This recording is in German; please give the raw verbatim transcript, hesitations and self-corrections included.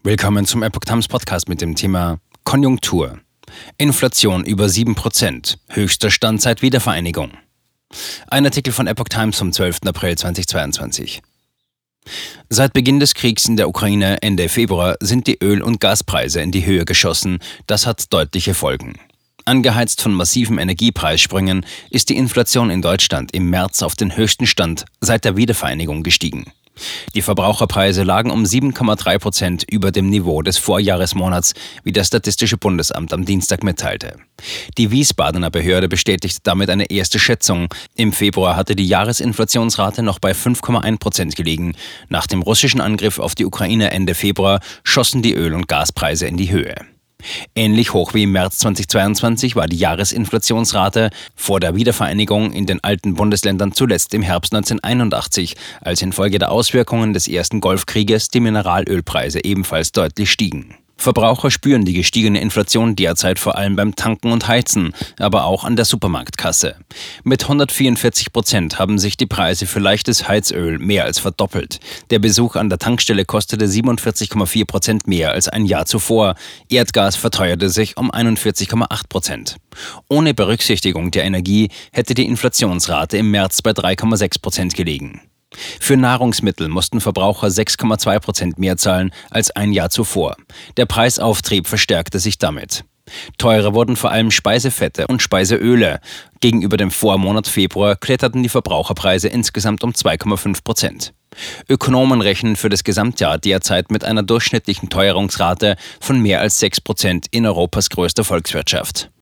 Willkommen zum Epoch Times Podcast mit dem Thema Konjunktur. Inflation über sieben Prozent, höchster Stand seit Wiedervereinigung. Ein Artikel von Epoch Times vom zwölften April zweitausendzweiundzwanzig. Seit Beginn des Kriegs in der Ukraine Ende Februar sind die Öl- und Gaspreise in die Höhe geschossen. Das hat deutliche Folgen. Angeheizt von massiven Energiepreissprüngen ist die Inflation in Deutschland im März auf den höchsten Stand seit der Wiedervereinigung gestiegen. Die Verbraucherpreise lagen um sieben Komma drei Prozent über dem Niveau des Vorjahresmonats, wie das Statistische Bundesamt am Dienstag mitteilte. Die Wiesbadener Behörde bestätigte damit eine erste Schätzung. Im Februar hatte die Jahresinflationsrate noch bei fünf Komma eins Prozent gelegen. Nach dem russischen Angriff auf die Ukraine Ende Februar schossen die Öl- und Gaspreise in die Höhe. Ähnlich hoch wie im März zweitausendzweiundzwanzig war die Jahresinflationsrate vor der Wiedervereinigung in den alten Bundesländern zuletzt im Herbst neunzehnhunderteinundachtzig, als infolge der Auswirkungen des ersten Golfkrieges die Mineralölpreise ebenfalls deutlich stiegen. Verbraucher spüren die gestiegene Inflation derzeit vor allem beim Tanken und Heizen, aber auch an der Supermarktkasse. Mit hundertvierundvierzig Prozent haben sich die Preise für leichtes Heizöl mehr als verdoppelt. Der Besuch an der Tankstelle kostete siebenundvierzig Komma vier Prozent mehr als ein Jahr zuvor. Erdgas verteuerte sich um einundvierzig Komma acht Prozent. Ohne Berücksichtigung der Energie hätte die Inflationsrate im März bei drei Komma sechs Prozent gelegen. Für Nahrungsmittel mussten Verbraucher sechs Komma zwei Prozent mehr zahlen als ein Jahr zuvor. Der Preisauftrieb verstärkte sich damit. Teurer wurden vor allem Speisefette und Speiseöle. Gegenüber dem Vormonat Februar kletterten die Verbraucherpreise insgesamt um zwei Komma fünf Prozent. Ökonomen rechnen für das Gesamtjahr derzeit mit einer durchschnittlichen Teuerungsrate von mehr als sechs Prozent in Europas größter Volkswirtschaft.